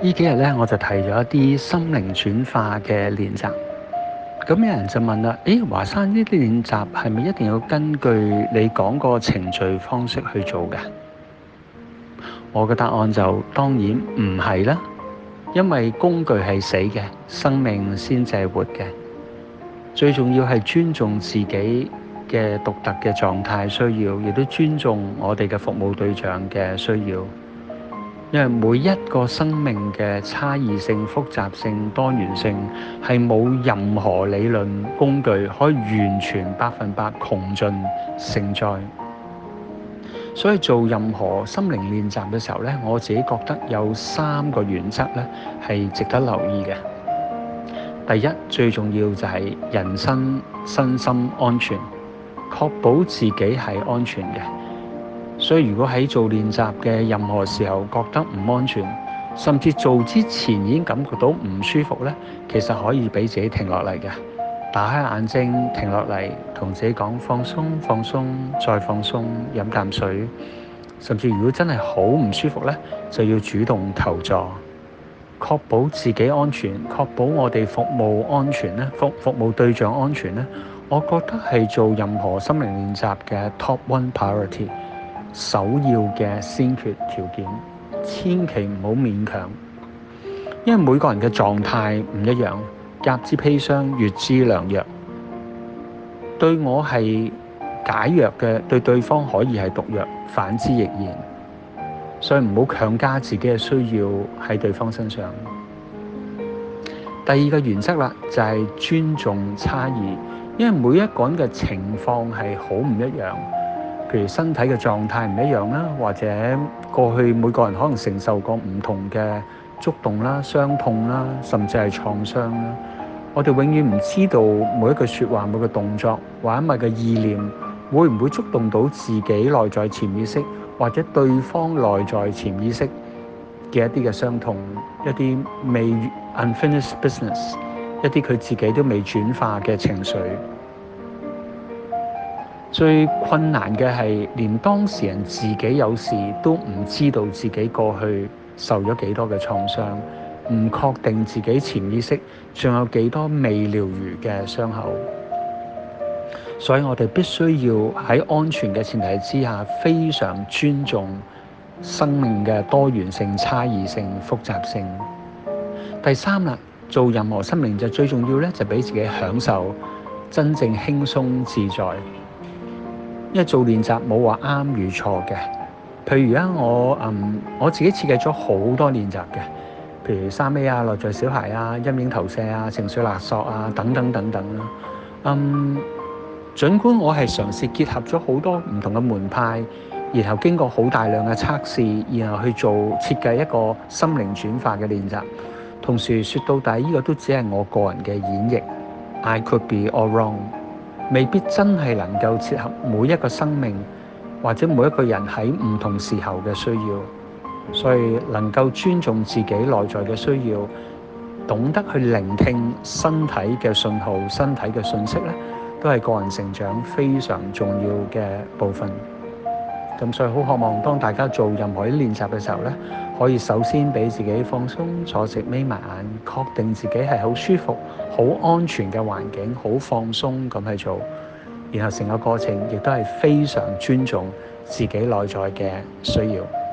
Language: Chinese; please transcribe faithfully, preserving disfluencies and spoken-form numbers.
呢幾日咧，我就提咗一啲心靈轉化嘅練習。咁有人就問啦：誒，華山呢啲練習係咪一定要根據你講個程序方式去做嘅？我嘅答案就當然唔係啦，因為工具係死嘅，生命先至係活嘅。最重要係尊重自己嘅獨特嘅狀態需要，亦都尊重我哋嘅服務對象嘅需要。因為每一個生命嘅差異性、複雜性、多元性係冇任何理論工具可以完全百分百窮盡承載。所以做任何心靈練習嘅時候咧，我自己覺得有三個原則咧係值得留意嘅。第一，最重要就係人身身心安全，確保自己係安全嘅。所以如果喺做練習嘅任何時候覺得唔安全，甚至做之前已經感覺到唔舒服咧，其實可以俾自己停落嚟嘅，打開眼睛停落嚟，同自己講放鬆、放鬆、再放鬆，飲啖水。甚至如果真係好唔舒服咧，就要主動求助，確保自己安全，確保我哋服務安全咧，服服務對象安全咧。我覺得係做任何心靈練習嘅 top one priority。首要嘅先決條件，千祈唔好勉強，因為每個人嘅狀態唔一樣，甲之砒霜，乙之良藥。對我係解藥嘅，對對方可以係毒藥，反之亦然。所以唔好強加自己嘅需要喺對方身上。第二個原則啦，就係尊重差異，因為每一個人嘅情況係好唔一樣。譬如身體嘅狀態唔一樣啦，或者過去每個人可能承受過唔同嘅觸動啦、傷痛啦，甚至係創傷啦。我哋永遠唔知道每一句説話、每個動作或者每個意念會唔會觸動到自己內在潛意識，或者對方內在潛意識嘅一啲嘅傷痛，一啲未 unfinished business， 一啲佢自己都未轉化嘅情緒。最困難嘅係，連當事人自己有時都唔知道自己過去受咗幾多嘅創傷，唔確定自己潛意識仲有幾多未療癒嘅傷口。所以我哋必須要喺安全嘅前提之下，非常尊重生命嘅多元性、差異性、複雜性。第三啦，做任何心靈就最重要咧，就俾自己享受真正輕鬆自在。因為做練習冇話啱與錯嘅，譬如而家我嗯我自己設計咗好多練習嘅，譬如三 A 啊、內在小孩啊、陰影投射啊、情緒勒索啊等等等等啦。嗯，儘管我係嘗試結合咗好多唔同嘅門派，然後經過好大量嘅測試，然後去做設計一個心靈轉化嘅練習。同時說到底，呢個都只係我個人嘅演繹 ，I could be all wrong。未必真係能夠切合每一個生命或者每一個人喺唔同時候嘅需要，所以能夠尊重自己內在嘅需要，懂得去聆聽身體嘅信號、身體嘅訊息咧，都係個人成長非常重要嘅部分。咁所以好渴望當大家做任何啲練習嘅時候咧，可以首先俾自己放鬆，坐直眯埋眼，確定自己係好舒服、好安全嘅環境，好放鬆咁去做。然後成個過程亦都係非常尊重自己內在嘅需要。